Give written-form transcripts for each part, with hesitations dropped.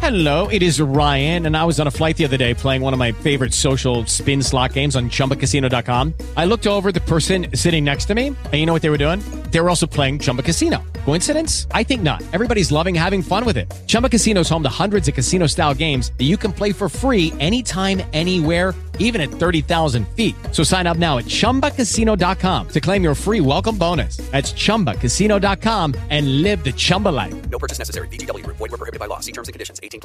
Hello, it is Ryan, and I was on a flight the other day playing one of my favorite social spin slot games on ChumbaCasino.com. I looked over at the person sitting next to me, and you know what they were doing? They were also playing Chumba Casino. Coincidence? I think not. Everybody's loving having fun with it. Chumba Casino is home to hundreds of casino-style games that you can play for free anytime, anywhere, even at 30,000 feet. So sign up now at ChumbaCasino.com to claim your free welcome bonus. That's ChumbaCasino.com and live the Chumba life. No purchase necessary. VGW Group. Void where prohibited by law. See terms and conditions. 18+.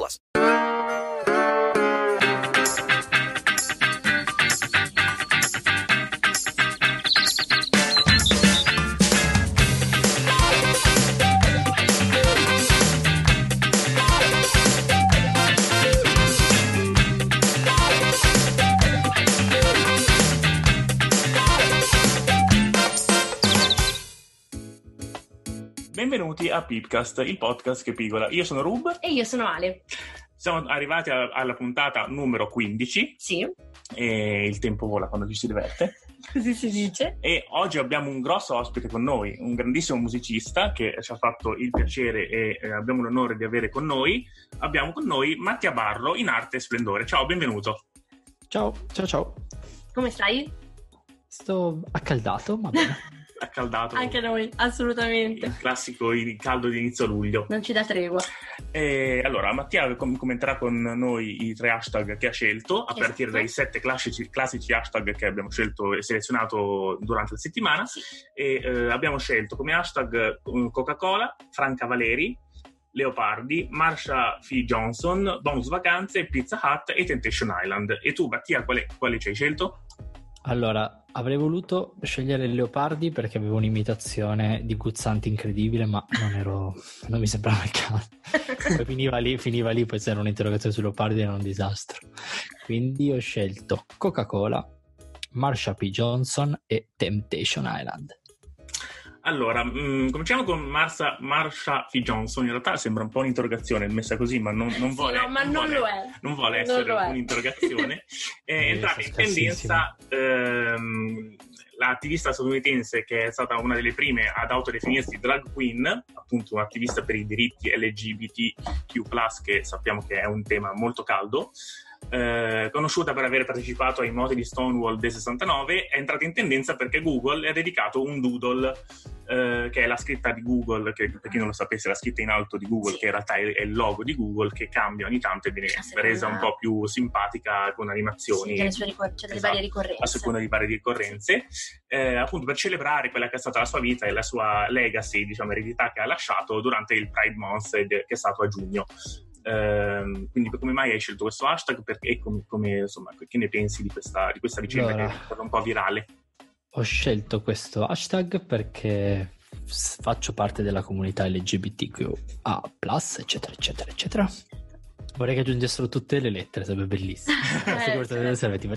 Benvenuti a Pipcast, il podcast che pigola. Io sono Rub. E io sono Ale. Siamo arrivati alla puntata numero 15. Sì. E il tempo vola quando ci si diverte. Così si dice. E oggi abbiamo un grosso ospite con noi, un grandissimo musicista che ci ha fatto il piacere e abbiamo l'onore di avere con noi. Abbiamo con noi Mattia Barro in arte e splendore. Ciao, benvenuto. Ciao. Come stai? Sto accaldato, ma bene. Accaldato. Anche noi, assolutamente. Il classico caldo di inizio luglio. Non ci dà tregua. Allora, Mattia commenterà con noi i 3 hashtag che ha scelto, a partire dai 7 classici hashtag che abbiamo scelto e selezionato durante la settimana. Sì. Abbiamo scelto come hashtag Coca-Cola, Franca Valeri, Leopardi, Marsha F. Johnson, Bonus Vacanze, Pizza Hut e Temptation Island. E tu, Mattia, quale ci hai scelto? Allora, avrei voluto scegliere il Leopardi perché avevo un'imitazione di Guzzanti incredibile, ma non mi sembrava il caso. Poi finiva lì, poi c'era un'interrogazione su Leopardi, era un disastro. Quindi ho scelto Coca-Cola, Marsha P. Johnson e Temptation Island. Allora, cominciamo con Marsha F. Johnson. In realtà sembra un po' un'interrogazione messa così, ma non vuole, no, ma non lo è. Non vuole essere un'interrogazione. È entrata in tendenza l'attivista statunitense che è stata una delle prime ad autodefinirsi drag queen, appunto un'attivista per i diritti LGBTQ+, che sappiamo che è un tema molto caldo. Conosciuta per aver partecipato ai moti di Stonewall del 69, è entrata in tendenza perché Google le ha dedicato un doodle che è la scritta di Google, che per chi non lo sapesse, la scritta in alto di Google, che in realtà è il logo di Google, che cambia ogni tanto e viene resa un po' più simpatica con animazioni, delle varie ricorrenze, a seconda di varie ricorrenze, appunto per celebrare quella che è stata la sua vita e la sua legacy, diciamo, eredità che ha lasciato durante il Pride Month che è stato a giugno. Quindi come mai hai scelto questo hashtag e come insomma, che ne pensi di questa vicenda che è stata un po' virale? Ho scelto questo hashtag perché faccio parte della comunità LGBTQA+, eccetera eccetera eccetera. Vorrei che aggiungessero tutte le lettere, sarebbe bellissimo. Sarebbe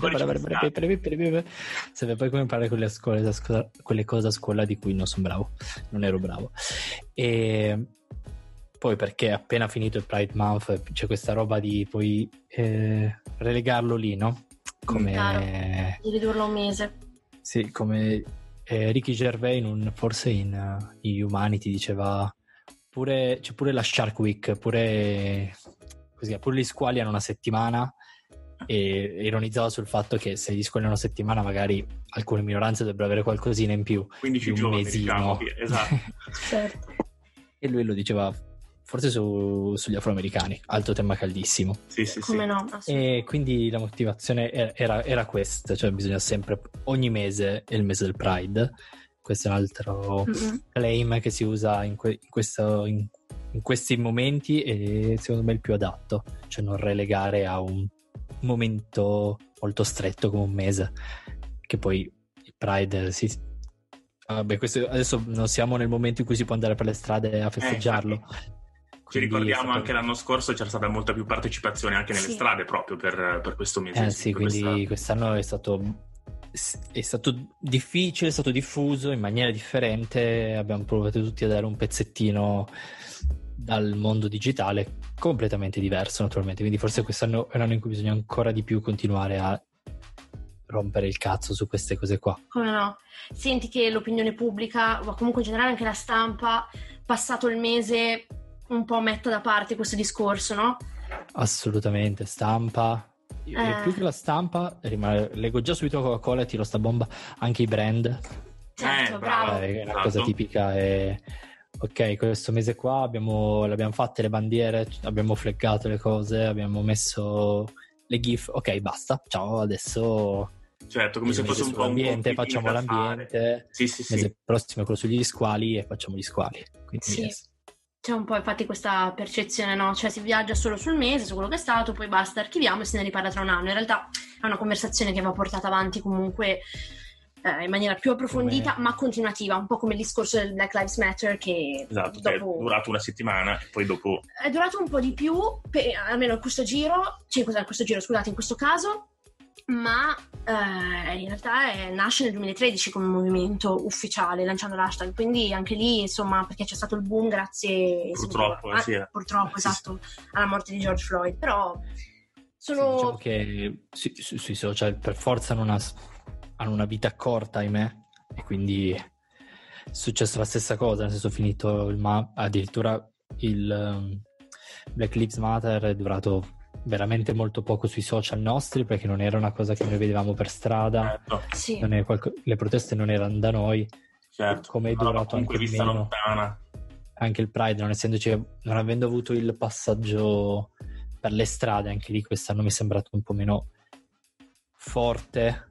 poi come imparare quelle cose a scuola di cui non ero bravo. E poi perché appena finito il Pride Month c'è questa roba di poi relegarlo lì, no? Come di ridurlo a un mese. Sì, come Ricky Gervais forse in Humanity diceva c'è pure la Shark Week, pure gli squali hanno una settimana, e ironizzava sul fatto che se gli squali hanno una settimana magari alcune minoranze dovrebbero avere qualcosina in più, 15 giorni, diciamo, esatto. Certo. E lui lo diceva forse sugli afroamericani, altro tema caldissimo. Sì. Come no? E quindi la motivazione era questa, cioè bisogna sempre, ogni mese è il mese del Pride. Questo è un altro claim che si usa in questi momenti, e secondo me è il più adatto, cioè non relegare a un momento molto stretto come un mese, che poi il Pride vabbè, questo adesso non siamo nel momento in cui si può andare per le strade a festeggiarlo. Ci ricordiamo anche l'anno scorso c'era stata molta più partecipazione anche nelle strade proprio per questo mese. Quindi quest'anno è stato difficile, è stato diffuso in maniera differente, abbiamo provato tutti a dare un pezzettino dal mondo digitale completamente diverso, naturalmente, quindi forse quest'anno è un anno in cui bisogna ancora di più continuare a rompere il cazzo su queste cose qua. Come no? Senti che l'opinione pubblica, ma comunque in generale anche la stampa, passato il mese un po' metta da parte questo discorso, no? Assolutamente, stampa. Più che la stampa, leggo già subito Coca-Cola e tiro sta bomba, anche i brand. Certo, bravo. È una cosa tipica. Ok, questo mese qua l'abbiamo fatte le bandiere, abbiamo flaggato le cose, abbiamo messo le GIF. Ok, basta, ciao, adesso... Certo, come se fosse un po' l'ambiente, facciamo l'ambiente. Sì. Mese prossimo è quello sugli squali e facciamo gli squali. Quindi sì. C'è un po' infatti questa percezione, no? Cioè si viaggia solo sul mese, su quello che è stato, poi basta, archiviamo e se ne riparla tra un anno. In realtà è una conversazione che va portata avanti comunque in maniera più approfondita, ma continuativa, un po' come il discorso del Black Lives Matter che esatto, che è durato una settimana e poi dopo... È durato un po' di più, almeno in questo caso, ma in realtà nasce nel 2013 come movimento ufficiale, lanciando l'hashtag, quindi anche lì insomma, perché c'è stato il boom grazie purtroppo esatto, alla morte di George Floyd, però diciamo che sui social per forza hanno una vita corta, ahimè, e quindi è successa la stessa cosa, nel senso finito addirittura il Black Lives Matter è durato veramente molto poco sui social nostri, perché non era una cosa che noi vedevamo per strada, sì. Le proteste non erano da noi, certo. Come è durato anche vista meno lontana. Anche il Pride, non avendo avuto il passaggio per le strade, anche lì quest'anno mi è sembrato un po' meno forte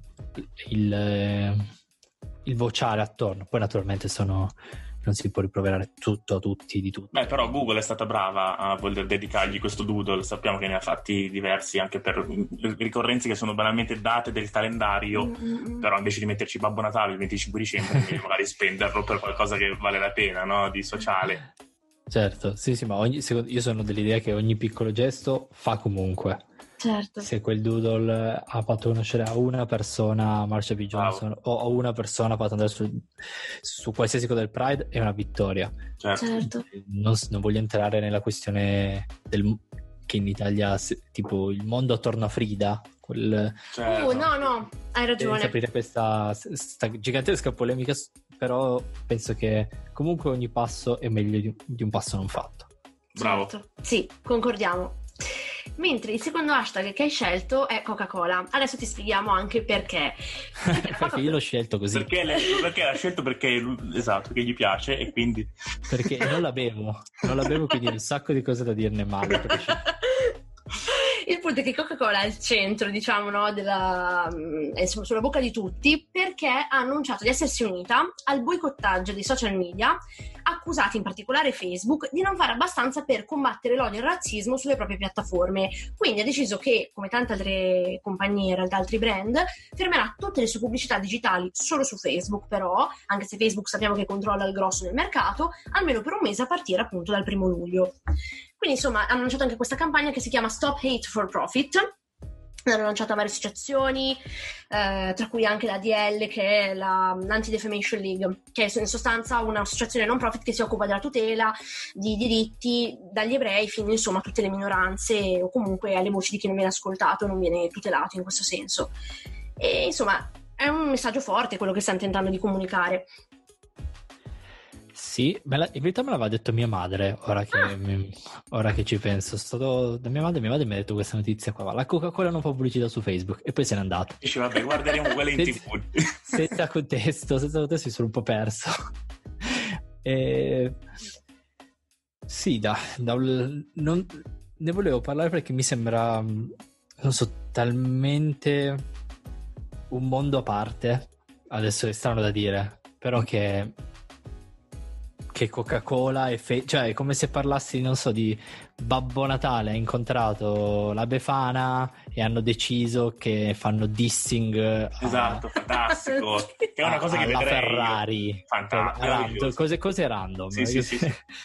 il vociare attorno. Poi naturalmente non si può riproverare tutto a tutti di tutto. Beh, però Google è stata brava a voler dedicargli questo doodle, sappiamo che ne ha fatti diversi anche per ricorrenze che sono banalmente date del calendario, però invece di metterci Babbo Natale il 25 dicembre magari spenderlo per qualcosa che vale la pena, no? Di sociale. Certo, sì, ma io sono dell'idea che ogni piccolo gesto fa comunque. Certo. Se quel doodle ha fatto conoscere a una persona Marsha B. Johnson o a una persona ha fatto andare su qualsiasi cosa del Pride, è una vittoria. Certo. Non voglio entrare nella questione che in Italia tipo il mondo attorno a Frida. Certo. No, hai ragione. Aprire questa gigantesca polemica, però penso che comunque ogni passo è meglio di un passo non fatto. Bravo. Certo. Sì, concordiamo. Mentre il secondo hashtag che hai scelto è Coca-Cola. Adesso ti spieghiamo anche perché. Perché io l'ho scelto così. Perché l'ha scelto perché gli piace e quindi... Perché non la bevo, quindi un sacco di cose da dirne male. Il punto è che Coca-Cola è al centro, diciamo, no, è sulla bocca di tutti, perché ha annunciato di essersi unita al boicottaggio dei social media, accusati in particolare Facebook di non fare abbastanza per combattere l'odio e il razzismo sulle proprie piattaforme. Quindi ha deciso che, come tante altre compagnie, in realtà altri brand, fermerà tutte le sue pubblicità digitali solo su Facebook, però, anche se Facebook sappiamo che controlla il grosso del mercato, almeno per un mese a partire appunto dal 1 luglio. Quindi insomma hanno lanciato anche questa campagna che si chiama Stop Hate for Profit. L'hanno lanciata varie associazioni, tra cui anche la DL, che è l'Anti-Defamation League, che è in sostanza un'associazione non profit che si occupa della tutela di diritti dagli ebrei fino insomma a tutte le minoranze o comunque alle voci di chi non viene ascoltato, non viene tutelato in questo senso. E insomma è un messaggio forte quello che stanno tentando di comunicare. Sì, in verità me l'aveva detto mia madre, ora che ci penso. Da mia madre mi ha detto questa notizia qua, la Coca-Cola non fa pubblicità su Facebook, e poi se n'è andata. Dice vabbè, guarderemo quella in TV. Senza contesto mi sono un po' perso. Sì, non ne volevo parlare perché mi sembra, non so, talmente un mondo a parte, adesso è strano da dire, però che Coca-Cola cioè è come se parlassi, non so, di Babbo Natale ha incontrato la Befana e hanno deciso che fanno dissing esatto, fantastico, che è una cosa che alla vedrei Ferrari, cose random, sì.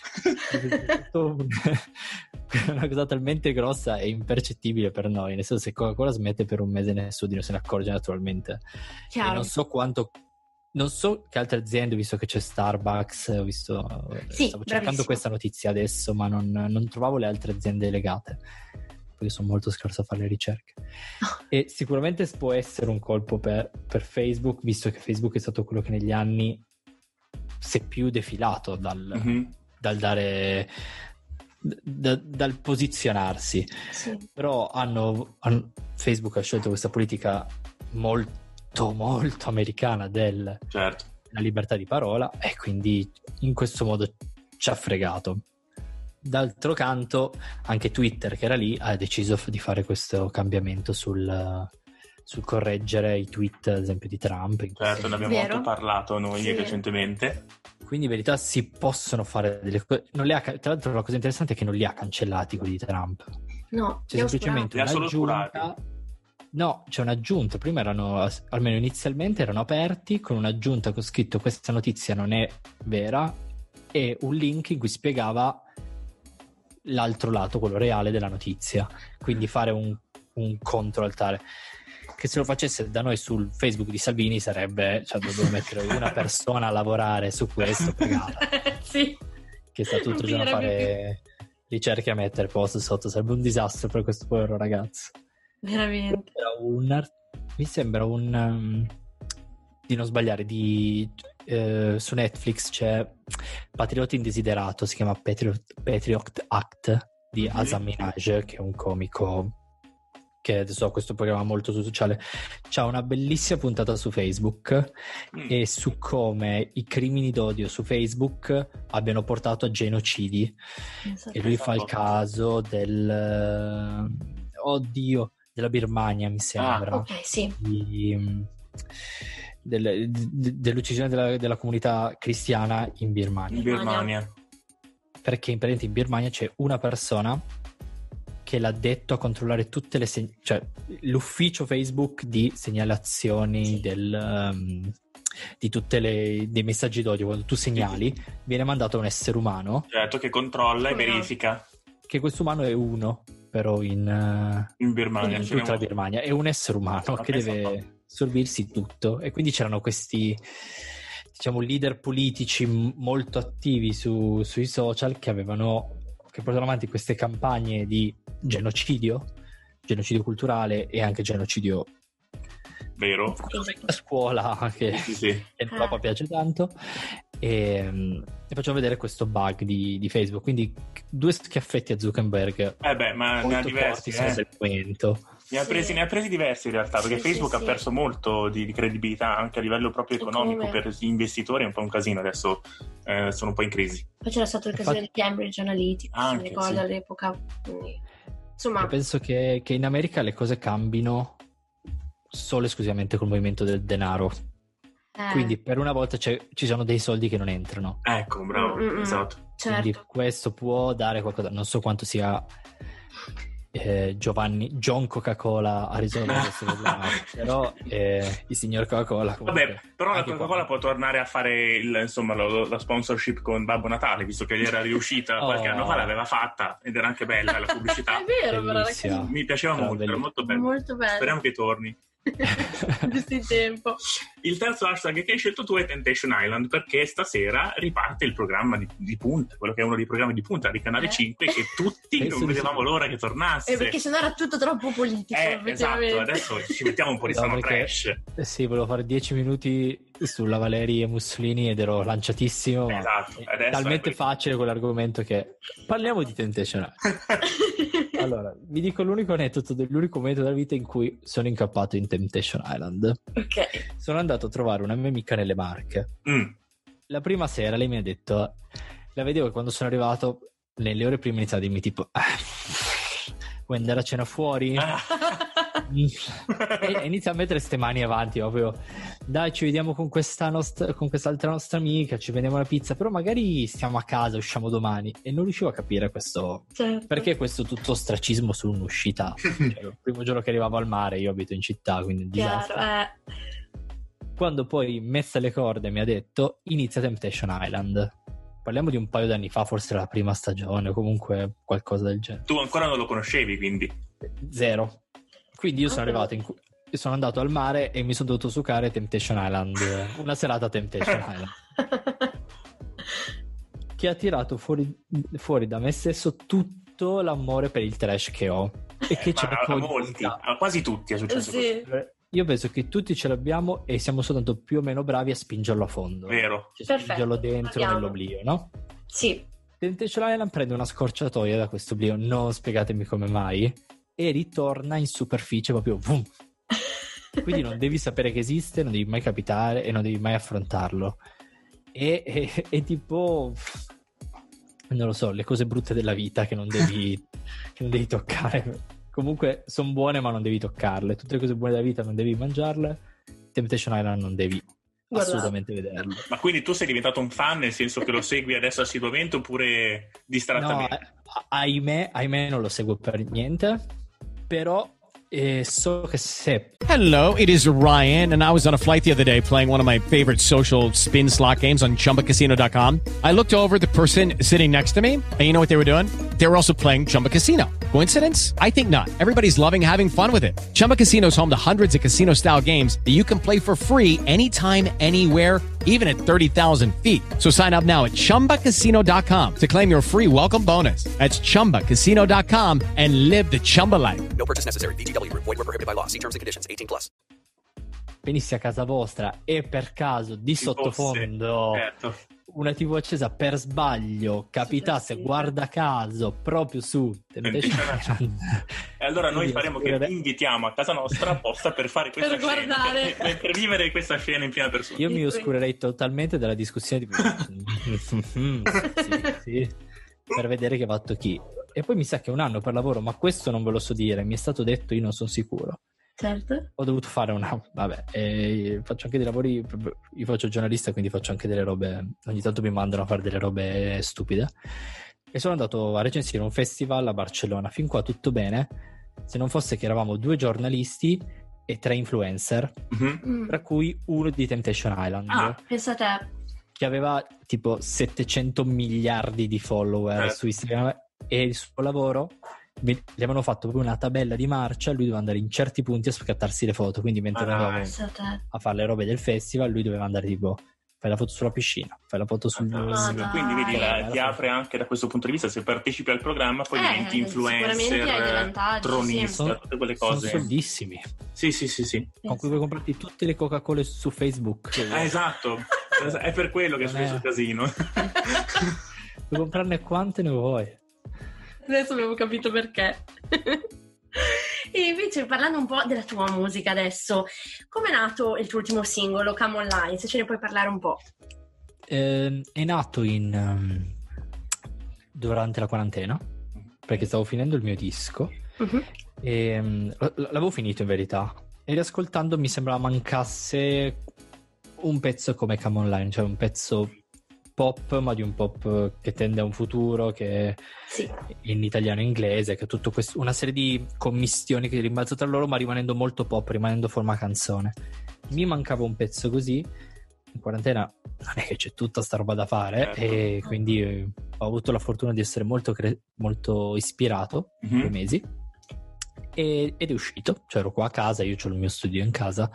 Una cosa talmente grossa e impercettibile per noi, nel senso, se Coca-Cola smette per un mese nessuno se ne accorge naturalmente. Chiaro. E non so che altre aziende, visto che c'è Starbucks, stavo cercando questa notizia adesso, ma non trovavo le altre aziende legate, perché sono molto scarso a fare le ricerche. E sicuramente può essere un colpo per Facebook, visto che Facebook è stato quello che negli anni si è più defilato dal dare dal posizionarsi. Sì. Però Facebook ha scelto questa politica molto molto americana della Certo. libertà di parola, e quindi in questo modo ci ha fregato. D'altro canto anche Twitter, che era lì, ha deciso di fare questo cambiamento sul correggere i tweet, ad esempio, di Trump. Certo, ne abbiamo Vero? molto parlato noi Sì. recentemente. Quindi in verità si possono fare delle cose. Tra l'altro la cosa interessante è che non li ha cancellati quelli di Trump. No, C'è li ho semplicemente Li ha solo un'aggiunta. No, c'è un'aggiunta. Prima erano, almeno inizialmente, erano aperti con un'aggiunta con scritto "questa notizia non è vera", e un link in cui spiegava l'altro lato, quello reale della notizia. Quindi fare un controaltare. Che se lo facesse da noi sul Facebook di Salvini sarebbe, cioè, dovevo mettere una persona a lavorare su questo, pagata, Sì. che sta tutto il giorno a fare ricerche, a mettere post sotto. Sarebbe un disastro per questo povero ragazzo. Veramente. Mi sembra di non sbagliare, su Netflix c'è Patriota Indesiderato, si chiama Patriot Act, di Azam Minhaj, che è un comico che adesso ha questo programma molto sul sociale. C'ha una bellissima puntata su Facebook e su come i crimini d'odio su Facebook abbiano portato a genocidi, e lui fa il caso della Birmania, mi sembra. Ok, sì. Dell'uccisione della comunità cristiana in Birmania. In Birmania. Perché in Birmania c'è una persona che l'ha detto a controllare tutte le cioè l'ufficio Facebook di segnalazioni di tutte dei messaggi d'odio. Quando tu segnali, viene mandato a un essere umano, Certo, che controlla e verifica. che questo umano è uno, però in Birmania. in tutta la Birmania è un essere umano che deve sorbirsi tutto. E quindi c'erano questi, diciamo, leader politici molto attivi sui social che portano avanti queste campagne di genocidio culturale e anche genocidio Vero? a scuola, che Sì. in Europa piace tanto. E facciamo vedere questo bug di Facebook. Quindi 2 schiaffetti a Zuckerberg. Ma ne ha diversi. Del momento. Ne ha presi diversi in realtà, perché Facebook ha perso molto di credibilità anche a livello proprio economico per gli investitori. È un po' un casino adesso, sono un po' in crisi. Poi c'era stato il caso di Cambridge Analytica, mi ricordo all'epoca. Quindi, insomma, Io penso che in America le cose cambino solo e esclusivamente col movimento del denaro. Quindi per una volta ci sono dei soldi che non entrano. Ecco, bravo, esatto. Certo. Quindi questo può dare qualcosa. Non so quanto sia John Coca-Cola a risolvere questo problema, però il signor Coca-Cola comunque, vabbè, però la Coca-Cola può tornare a fare la sponsorship con Babbo Natale, visto che gli era riuscita qualche anno fa, l'aveva fatta ed era anche bella la pubblicità. È vero, però Bellissima. Mi piaceva molto, era molto bello. Molto bello. Speriamo che torni. Giusto in tempo. Il terzo hashtag che hai scelto tu è Temptation Island, perché stasera riparte il programma di punta, quello che è uno dei programmi di punta di Canale 5, che tutti non vedevamo l'ora che tornasse. Perché sennò era tutto troppo politico. Esatto, adesso ci mettiamo un po' di sano trash. Sì, volevo fare 10 minuti sulla Valeri e Mussolini ed ero lanciatissimo. Esatto, è talmente facile quell'argomento che parliamo di Temptation Island. Allora, vi dico l'unico momento della vita in cui sono incappato in Temptation Island. Ok. Sono andato a trovare una mia amica nelle Marche. La prima sera lei mi ha detto, la vedevo che quando sono arrivato nelle ore prime iniziava a dirmi tipo vuoi andare a cena fuori? E inizia a mettere ste mani avanti, proprio dai, ci vediamo con quest'altra nostra amica, ci prendiamo la pizza, però magari stiamo a casa, usciamo domani. E non riuscivo a capire questo, certo. Perché questo tutto ostracismo su un'uscita. Cioè, il primo giorno che arrivavo al mare, io abito in città, quindi un disastro. Quando poi messa le corde mi ha detto inizia Temptation Island. Parliamo di un paio d'anni fa, forse la prima stagione o comunque qualcosa del genere. Tu ancora non lo conoscevi, quindi? Zero. Quindi io sono arrivato sono andato al mare e mi sono dovuto sucare Temptation Island, una serata Temptation Island, che ha tirato fuori da me stesso tutto l'amore per il trash che ho e che cerco a quasi tutti è successo così. Io penso che tutti ce l'abbiamo e siamo soltanto più o meno bravi a spingerlo a fondo. Vero. Spingerlo dentro nell'oblio, no? Sì. Temptation Island prende una scorciatoia da questo oblio, non spiegatemi come mai, e ritorna in superficie proprio boom. Quindi non devi sapere che esiste, non devi mai capitare e non devi mai affrontarlo. E tipo, non lo so, le cose brutte della vita che non devi toccare. Comunque sono buone ma non devi toccarle. Tutte le cose buone della vita non devi mangiarle. Temptation Island non devi assolutamente vederlo. Ma quindi tu sei diventato un fan, nel senso che lo segui adesso assiduamente oppure distrattamente? No, ahimè non lo seguo per niente, però so che se... Hello, it is Ryan, and I was on a flight the other day playing one of my favorite social spin slot games on ChumbaCasino.com. I looked over at the person sitting next to me, and you know what they were doing? They were also playing Chumba Casino. Coincidence? I think not. Everybody's loving having fun with it. Chumba Casino is home to hundreds of casino-style games that you can play for free anytime, anywhere, even at 30,000 feet. So sign up now at ChumbaCasino.com to claim your free welcome bonus. That's ChumbaCasino.com and live the Chumba life. No purchase necessary. VGW. Void were prohibited by law. See terms and conditions. 18+. Venissi a casa vostra e per caso di sottofondo una TV accesa per sbaglio capitasse, guarda caso, proprio su Temptation Island. E allora noi faremo che vi invitiamo a casa nostra apposta per fare questa per scena, guardare, per vivere questa scena in prima persona. Io mi oscurerei totalmente dalla discussione sì, per vedere che ha fatto chi. E poi mi sa che un anno per lavoro, ma questo non ve lo so dire, mi è stato detto, io non sono sicuro. Certo. Ho dovuto fare faccio anche dei lavori, io faccio giornalista, quindi faccio anche delle robe, ogni tanto mi mandano a fare delle robe stupide, e sono andato a recensire un festival a Barcellona. Fin qua tutto bene, se non fosse che eravamo 2 giornalisti e 3 influencer, tra cui uno di Temptation Island, pensa a te, che aveva tipo 700 miliardi di follower su Instagram, e il suo lavoro gli avevano fatto proprio una tabella di marcia, lui doveva andare in certi punti a scattarsi le foto, quindi mentre andavamo a fare le robe del festival, lui doveva andare tipo, fai la foto sulla piscina, fai la foto sul... Quindi vedi, ti apre anche da questo punto di vista, se partecipi al programma poi diventi influencer, tronista, tutte quelle cose. Sono soldissimi. Sì. Con cui puoi comprarti tutte le Coca-Cola su Facebook. Esatto, è per quello che è successo il casino. Puoi comprarne quante ne vuoi. Adesso avevo capito perché. E invece, parlando un po' della tua musica adesso, come è nato il tuo ultimo singolo, Come Online? Se ce ne puoi parlare un po'. È nato durante la quarantena, perché stavo finendo il mio disco, e l'avevo finito in verità, e riascoltando mi sembrava mancasse un pezzo come Come Online, cioè un pezzo pop, ma di un pop che tende a un futuro, che in italiano e inglese, che è tutto questo, una serie di commistioni che rimbalzo tra loro, ma rimanendo molto pop, rimanendo forma canzone. Mi mancava un pezzo così. In quarantena non è che c'è tutta sta roba da fare, e quindi ho avuto la fortuna di essere molto ispirato in quei mesi, ed è uscito, cioè ero qua a casa, io ho il mio studio in casa,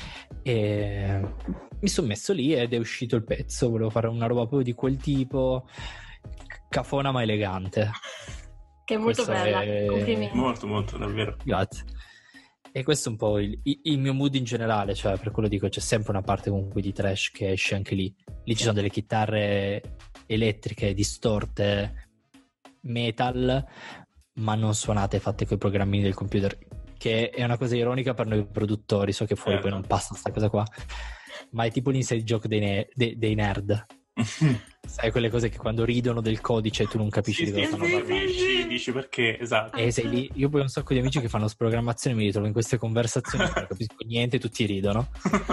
e mi sono messo lì ed è uscito il pezzo. Volevo fare una roba proprio di quel tipo, cafona ma elegante, che è molto bella. Complimenti. Molto davvero, grazie. E questo è un po' il mio mood in generale, cioè per quello dico, c'è sempre una parte comunque di trash che esce anche lì ci sono delle chitarre elettriche distorte, metal, ma non suonate, fatte coi programmini del computer, che è una cosa ironica per noi produttori. So che fuori poi non passa sta cosa qua, ma è tipo l'inside joke dei nerd. Sai, quelle cose che quando ridono del codice tu non capisci di cosa stanno parlando. Dici perché, esatto. E sei lì, io poi ho un sacco di amici che fanno programmazione, mi ritrovo in queste conversazioni, non capisco niente, tutti ridono.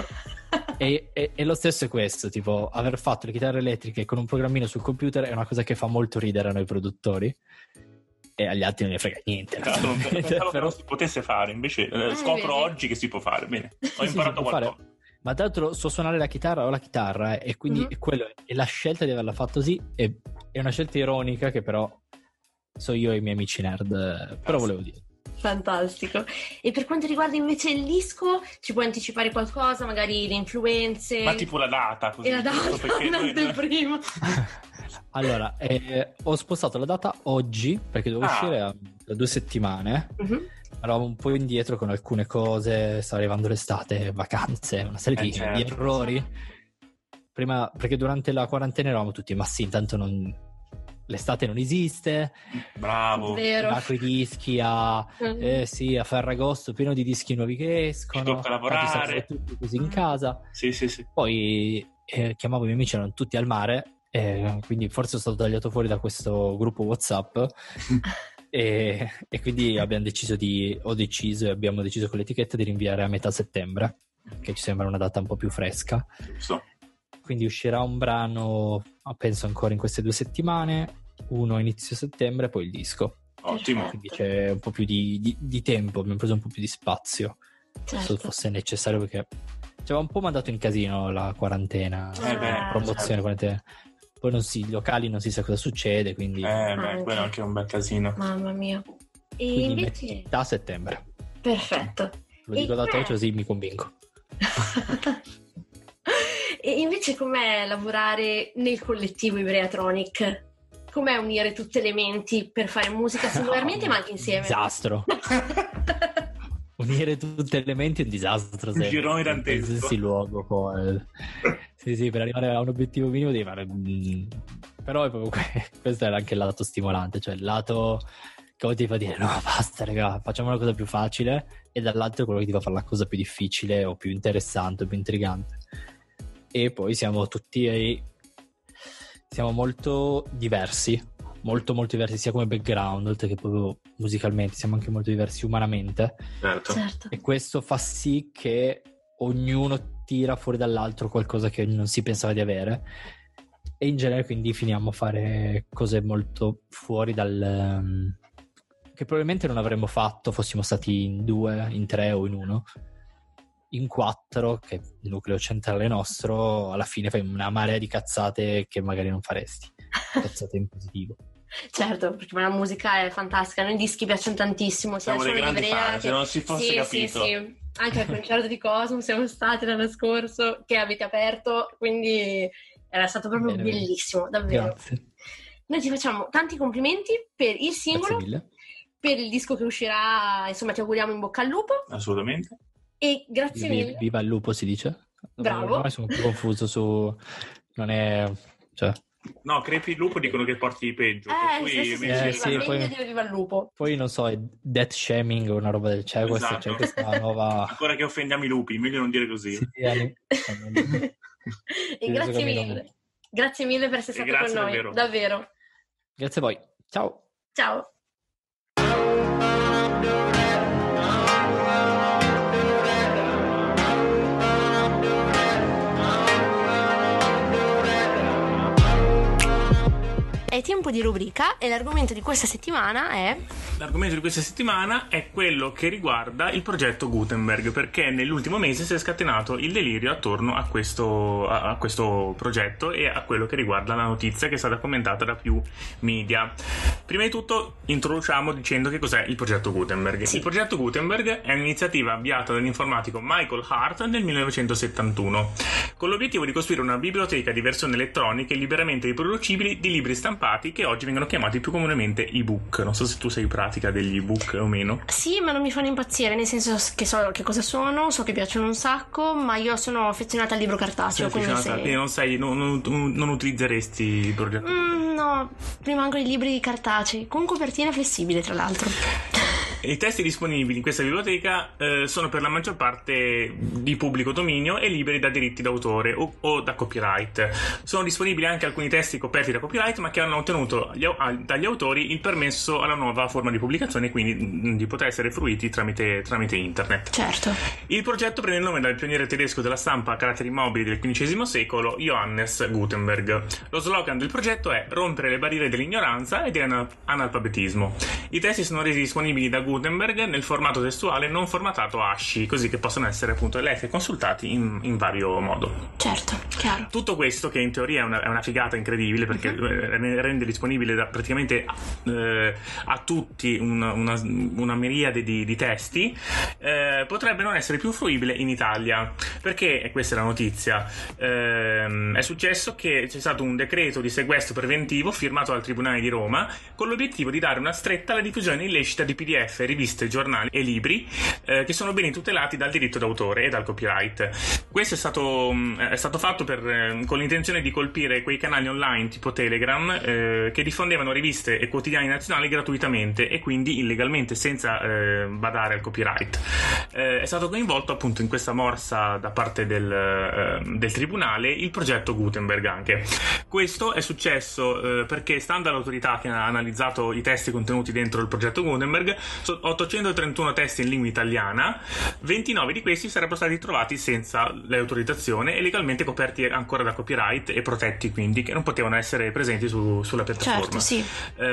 E lo stesso è questo, tipo aver fatto le chitarre elettriche con un programmino sul computer è una cosa che fa molto ridere a noi produttori, e agli altri non ne frega niente. Pensavo che non si potesse fare, invece scopro oggi che si può fare. Bene, ho imparato qualcosa. Ma tra l'altro so suonare la chitarra, ho la chitarra, e quindi quello è la scelta di averla fatto così, è una scelta ironica che però so io e i miei amici nerd, però volevo dire. Fantastico. E per quanto riguarda invece il disco, ci puoi anticipare qualcosa, magari le influenze? Ma tipo la data, così. E la data, un'anteprima. Allora, ho spostato la data oggi, perché devo uscire da 2 settimane. Eravamo un po' indietro con alcune cose, stava arrivando l'estate, vacanze, una serie di errori. Prima, perché durante la quarantena eravamo tutti, ma sì, intanto non l'estate non esiste, Bravo. Vero. a quei dischi sì, a Ferragosto pieno di dischi nuovi che escono, Ci tocca lavorare. tanti siamo tutti così in casa. Sì. Poi chiamavo i miei amici, erano tutti al mare, quindi forse sono stato tagliato fuori da questo gruppo WhatsApp e quindi abbiamo deciso con l'etichetta di rinviare a metà settembre, che ci sembra una data un po' più fresca. Giusto. Quindi uscirà un brano, penso ancora in queste 2 settimane, uno a inizio settembre, poi il disco. Ottimo. Quindi c'è un po' più di tempo, abbiamo preso un po' più di spazio. Certo. Se fosse necessario, perché ci aveva un po' mandato in casino la quarantena, la promozione, quarantena. Poi gli locali non si sa cosa succede, quindi quello è anche un bel casino. Mamma mia. E quindi invece... metà settembre. Perfetto. Lo dico da te, così mi convinco. E invece com'è lavorare nel collettivo Ibreatronic? Com'è unire tutte le menti per fare musica singolarmente ma anche insieme? Disastro. Unire tutte le menti è un disastro. Un girone dantesco. In qualsiasi luogo poi. Sì, per arrivare a un obiettivo minimo devi fare... Però è proprio questo era anche il lato stimolante, cioè il lato che ti fa dire no basta raga, facciamo una cosa più facile, e dall'altro quello che ti fa fare la cosa più difficile o più interessante o più intrigante. E poi siamo molto diversi, molto diversi sia come background oltre che proprio musicalmente, siamo anche molto diversi umanamente. Certo. E questo fa sì che ognuno tira fuori dall'altro qualcosa che non si pensava di avere, e in genere quindi finiamo a fare cose molto fuori dal... che probabilmente non avremmo fatto fossimo stati in 2, in 3 o in 1. In 4, che è il nucleo centrale nostro, alla fine fai una marea di cazzate che magari non faresti. Cazzate in positivo. Certo, perché la musica è fantastica, noi i dischi piacciono tantissimo. Siamo dei grandi fan, se non si fosse capito. Sì. Anche al concerto di Cosmo siamo stati l'anno scorso, che avete aperto, quindi era stato proprio bellissimo, davvero. Grazie. Noi ti facciamo tanti complimenti per il singolo, Grazie mille. per il disco che uscirà, insomma ti auguriamo in bocca al lupo. Assolutamente. E grazie mille. Viva il lupo si dice? Bravo. Ormai sono un po' confuso su... non è... cioè... No, crepi il lupo dicono che porti peggio. Sì, poi... dire viva il lupo. Poi non so, è death shaming o una roba del genere. Esatto. C'è questa nuova... Ancora che offendiamo i lupi, meglio non dire così. Sì, E grazie mille. Grazie mille per essere stato con noi. Davvero. Grazie a voi. Ciao. Ciao. È tempo di rubrica e l'argomento di questa settimana è... L'argomento di questa settimana è quello che riguarda il progetto Gutenberg, perché nell'ultimo mese si è scatenato il delirio attorno a questo progetto e a quello che riguarda la notizia che è stata commentata da più media. Prima di tutto introduciamo dicendo che cos'è il progetto Gutenberg. Sì. Il progetto Gutenberg è un'iniziativa avviata dall'informatico Michael Hart nel 1971 con l'obiettivo di costruire una biblioteca di versioni elettroniche liberamente riproducibili di libri stampati che oggi vengono chiamati più comunemente ebook. Non so se tu sei pratica degli ebook o meno. Sì, ma non mi fanno impazzire, nel senso che so che cosa sono, so che piacciono un sacco, ma io sono affezionata al libro cartaceo. Quindi non utilizzeresti il progetto? No, rimangono i libri cartacei, con copertina flessibile tra l'altro. I testi disponibili in questa biblioteca sono per la maggior parte di pubblico dominio e liberi da diritti d'autore o da copyright. Sono disponibili anche alcuni testi coperti da copyright, ma che hanno ottenuto dagli autori il permesso alla nuova forma di pubblicazione, quindi di poter essere fruiti tramite internet. Certo. Il progetto prende il nome dal pioniere tedesco della stampa a caratteri mobili del XV secolo, Johannes Gutenberg. Lo slogan del progetto è rompere le barriere dell'ignoranza e dell'analfabetismo. I testi sono resi disponibili da Gutenberg nel formato testuale non formatato ASCII, così che possono essere appunto letti e consultati in vario modo. Certo, chiaro. Tutto questo, che in teoria è una figata incredibile, perché rende disponibile praticamente a tutti una miriade di testi, potrebbe non essere più fruibile in Italia, perché, e questa è la notizia, è successo che c'è stato un decreto di sequestro preventivo firmato dal Tribunale di Roma con l'obiettivo di dare una stretta alla diffusione illecita di PDF note riviste, giornali e libri che sono beni tutelati dal diritto d'autore e dal copyright. Questo è stato fatto con l'intenzione di colpire quei canali online tipo Telegram che diffondevano riviste e quotidiani nazionali gratuitamente e quindi illegalmente, senza badare al copyright. È stato coinvolto appunto in questa morsa da parte del tribunale il progetto Gutenberg anche. Questo è successo perché, stando all'autorità che ha analizzato i testi contenuti dentro il progetto Gutenberg, 831 testi in lingua italiana, 29 di questi sarebbero stati trovati senza l'autorizzazione e legalmente coperti ancora da copyright e protetti, quindi che non potevano essere presenti sulla piattaforma. Certo, sì.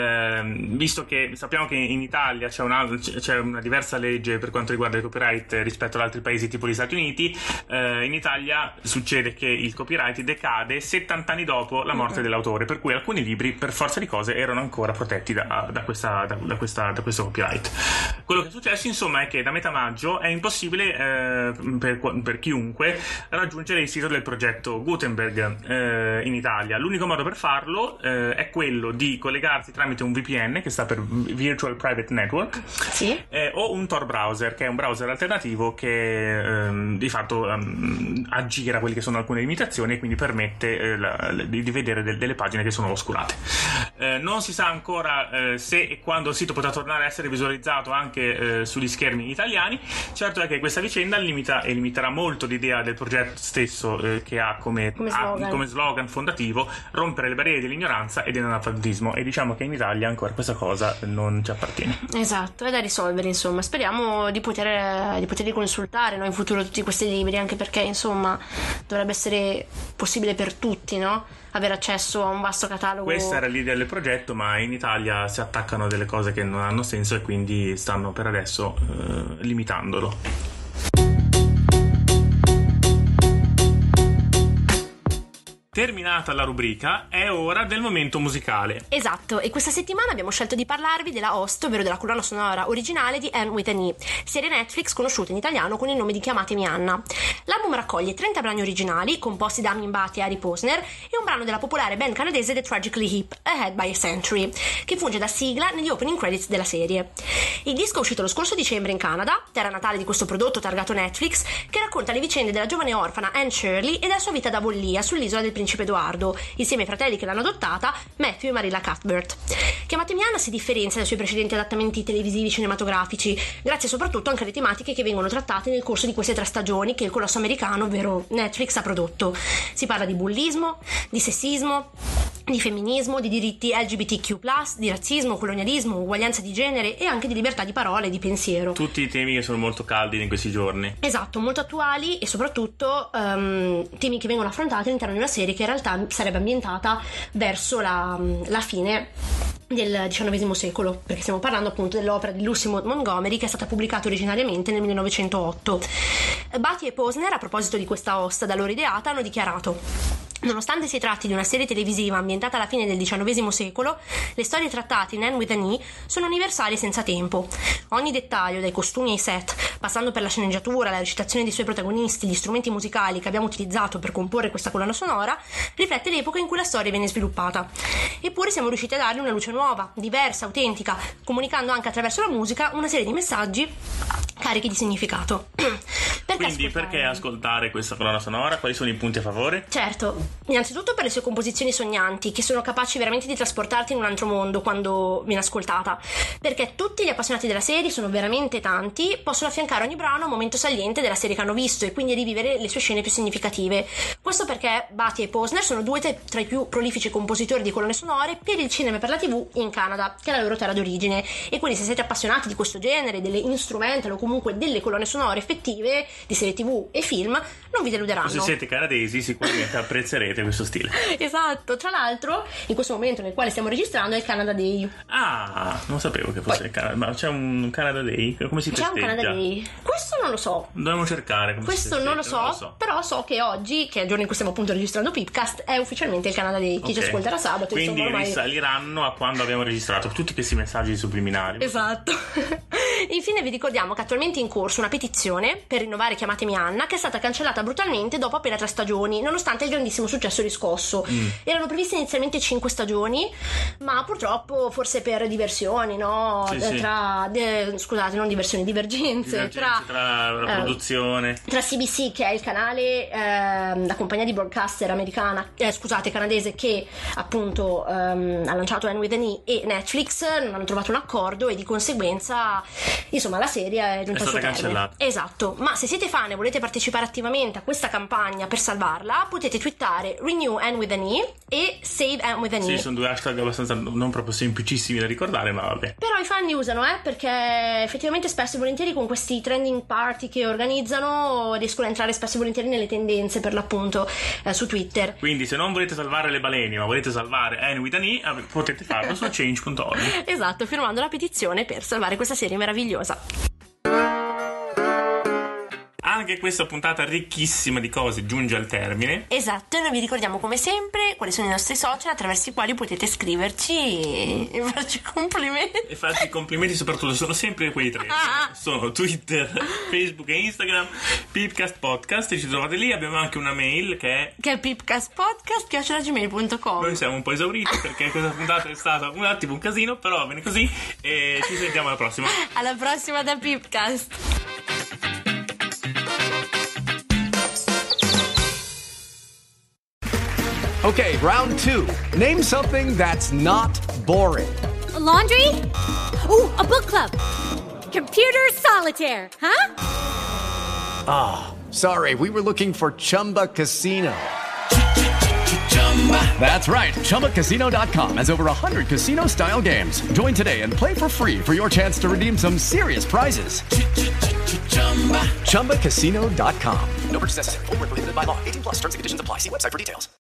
Visto che sappiamo che in Italia c'è una diversa legge per quanto riguarda il copyright rispetto ad altri paesi tipo gli Stati Uniti, in Italia succede che il copyright decade 70 anni dopo la morte dell'autore, per cui alcuni libri per forza di cose erano ancora protetti da questo copyright. Quello che è successo insomma è che da metà maggio è impossibile per chiunque raggiungere il sito del progetto Gutenberg in Italia. L'unico modo per farlo è quello di collegarsi tramite un VPN, che sta per Virtual Private Network, sì. O un Tor browser, che è un browser alternativo che di fatto aggira quelle che sono alcune limitazioni e quindi permette di vedere delle pagine che sono oscurate. Non si sa ancora se e quando il sito potrà tornare a essere visualizzato anche sugli schermi italiani. Certo è che questa vicenda limiterà molto l'idea del progetto stesso, che ha come slogan fondativo rompere le barriere dell'ignoranza e dell'analfabetismo, e diciamo che in Italia ancora questa cosa non ci appartiene. Esatto, è da risolvere, insomma. Speriamo di poterli consultare, no, in futuro tutti questi libri, anche perché insomma dovrebbe essere possibile per tutti, no? Avere accesso a un vasto catalogo. Questa era l'idea del progetto, ma in Italia si attaccano delle cose che non hanno senso e quindi stanno per adesso limitandolo. Terminata la rubrica, è ora del momento musicale. Esatto, e questa settimana abbiamo scelto di parlarvi della Host, ovvero della colonna sonora originale di Anne with an E, serie Netflix conosciuta in italiano con il nome di Chiamatemi Anna. L'album raccoglie 30 brani originali, composti da Armin Bati e Ari Posner, e un brano della popolare band canadese The Tragically Hip, Ahead by a Century, che funge da sigla negli opening credits della serie. Il disco è uscito lo scorso dicembre in Canada, terra natale di questo prodotto targato Netflix, che racconta le vicende della giovane orfana Anne Shirley e della sua vita da bollia sull'isola del Principe Edoardo, insieme ai fratelli che l'hanno adottata, Matthew e Marilla Cuthbert. Chiamatemi Anna si differenzia dai suoi precedenti adattamenti televisivi cinematografici, grazie soprattutto anche alle tematiche che vengono trattate nel corso di queste 3 stagioni che il colosso americano, ovvero Netflix, ha prodotto. Si parla di bullismo, di sessismo, di femminismo, di diritti LGBTQ+, di razzismo, colonialismo, uguaglianza di genere e anche di libertà di parola e di pensiero. Tutti i temi che sono molto caldi in questi giorni. Esatto, molto attuali e soprattutto temi che vengono affrontati all'interno di una serie che in realtà sarebbe ambientata verso la fine del XIX secolo, perché stiamo parlando appunto dell'opera di Lucy Maud Montgomery, che è stata pubblicata originariamente nel 1908. Bati e Posner, a proposito di questa Host da loro ideata, hanno dichiarato: nonostante si tratti di una serie televisiva ambientata alla fine del XIX secolo, le storie trattate in Anne with an E sono universali e senza tempo. Ogni dettaglio, dai costumi ai set, passando per la sceneggiatura, la recitazione dei suoi protagonisti, gli strumenti musicali che abbiamo utilizzato per comporre questa colonna sonora, riflette l'epoca in cui la storia viene sviluppata. Eppure siamo riusciti a dargli una luce nuova, diversa, autentica, comunicando anche attraverso la musica una serie di messaggi carichi di significato. Perché ascoltare questa colonna sonora? Quali sono i punti a favore? Certo, innanzitutto per le sue composizioni sognanti, che sono capaci veramente di trasportarti in un altro mondo quando viene ascoltata, perché tutti gli appassionati della serie, sono veramente tanti, possono affiancare ogni brano a un momento saliente della serie che hanno visto e quindi rivivere le sue scene più significative. Questo perché Bati e Posner sono 2 tra i più prolifici compositori di colonne sonore per il cinema e per la TV in Canada, che è la loro terra d'origine, e quindi se siete appassionati di questo genere, delle instrumental o comunque delle colonne sonore effettive di serie TV e film, non vi deluderanno. Se siete canadesi sicuramente apprezzerete questo stile. Esatto, tra l'altro in questo momento nel quale stiamo registrando è il Canada Day. Ah, non sapevo che fosse il Canada, ma c'è un Canada Day? Come si festeggia? C'è un Canada Day? Questo non lo so. Dobbiamo cercare come questo si non lo so, però so che oggi, che è il giorno in cui stiamo appunto registrando Pipcast, è ufficialmente il Canada Day. Chi ci ascolterà sabato, quindi insomma, ormai risaliranno a quando abbiamo registrato tutti questi messaggi subliminari. Esatto. Infine vi ricordiamo che attualmente è in corso una petizione per rinnovare Chiamatemi Anna, che è stata cancellata brutalmente dopo appena 3 stagioni, nonostante il grandissimo successo riscosso. Erano previste inizialmente 5 stagioni, ma purtroppo forse per diversioni, no? Scusate, non diversioni, divergenze tra la produzione, tra CBC, che è il canale, la compagnia di broadcaster americana, canadese, che appunto ha lanciato Anne with an E, e Netflix non hanno trovato un accordo e di conseguenza insomma la serie è giunta al suo termine. Cancellata. Esatto, ma se siete fan e volete partecipare attivamente a questa campagna per salvarla, potete twittare Renew Anne with an E e Save Anne with an E. Sì, sono 2 hashtag abbastanza non proprio semplicissimi da ricordare, ma vabbè. Però i fan li usano, perché effettivamente spesso e volentieri con questi trending party che organizzano riescono a entrare spesso e volentieri nelle tendenze, per l'appunto, su Twitter. Quindi se non volete salvare le balene ma volete salvare Anne with an E, potete farlo su change.org. Esatto, firmando la petizione per salvare questa serie meravigliosa. Anche questa puntata ricchissima di cose giunge al termine. Esatto, e noi vi ricordiamo come sempre quali sono i nostri social attraverso i quali potete scriverci e farci complimenti. E farci complimenti, soprattutto sono sempre quei 3. Sono Twitter, Facebook e Instagram, Pipcast Podcast, ci trovate lì. Abbiamo anche una mail che è pipcastpodcast@gmail.com. Noi siamo un po' esauriti perché questa puntata è stata un attimo un casino, però va bene così e ci sentiamo alla prossima. Alla prossima da Pipcast. Okay, round 2. Name something that's not boring. A laundry? Ooh, a book club. Computer solitaire, huh? Ah, sorry, we were looking for Chumba Casino. That's right, ChumbaCasino.com has over 100 casino-style games. Join today and play for free for your chance to redeem some serious prizes. ChumbaCasino.com. No purchase necessary. Void where prohibited by law. 18+ terms and conditions apply. See website for details.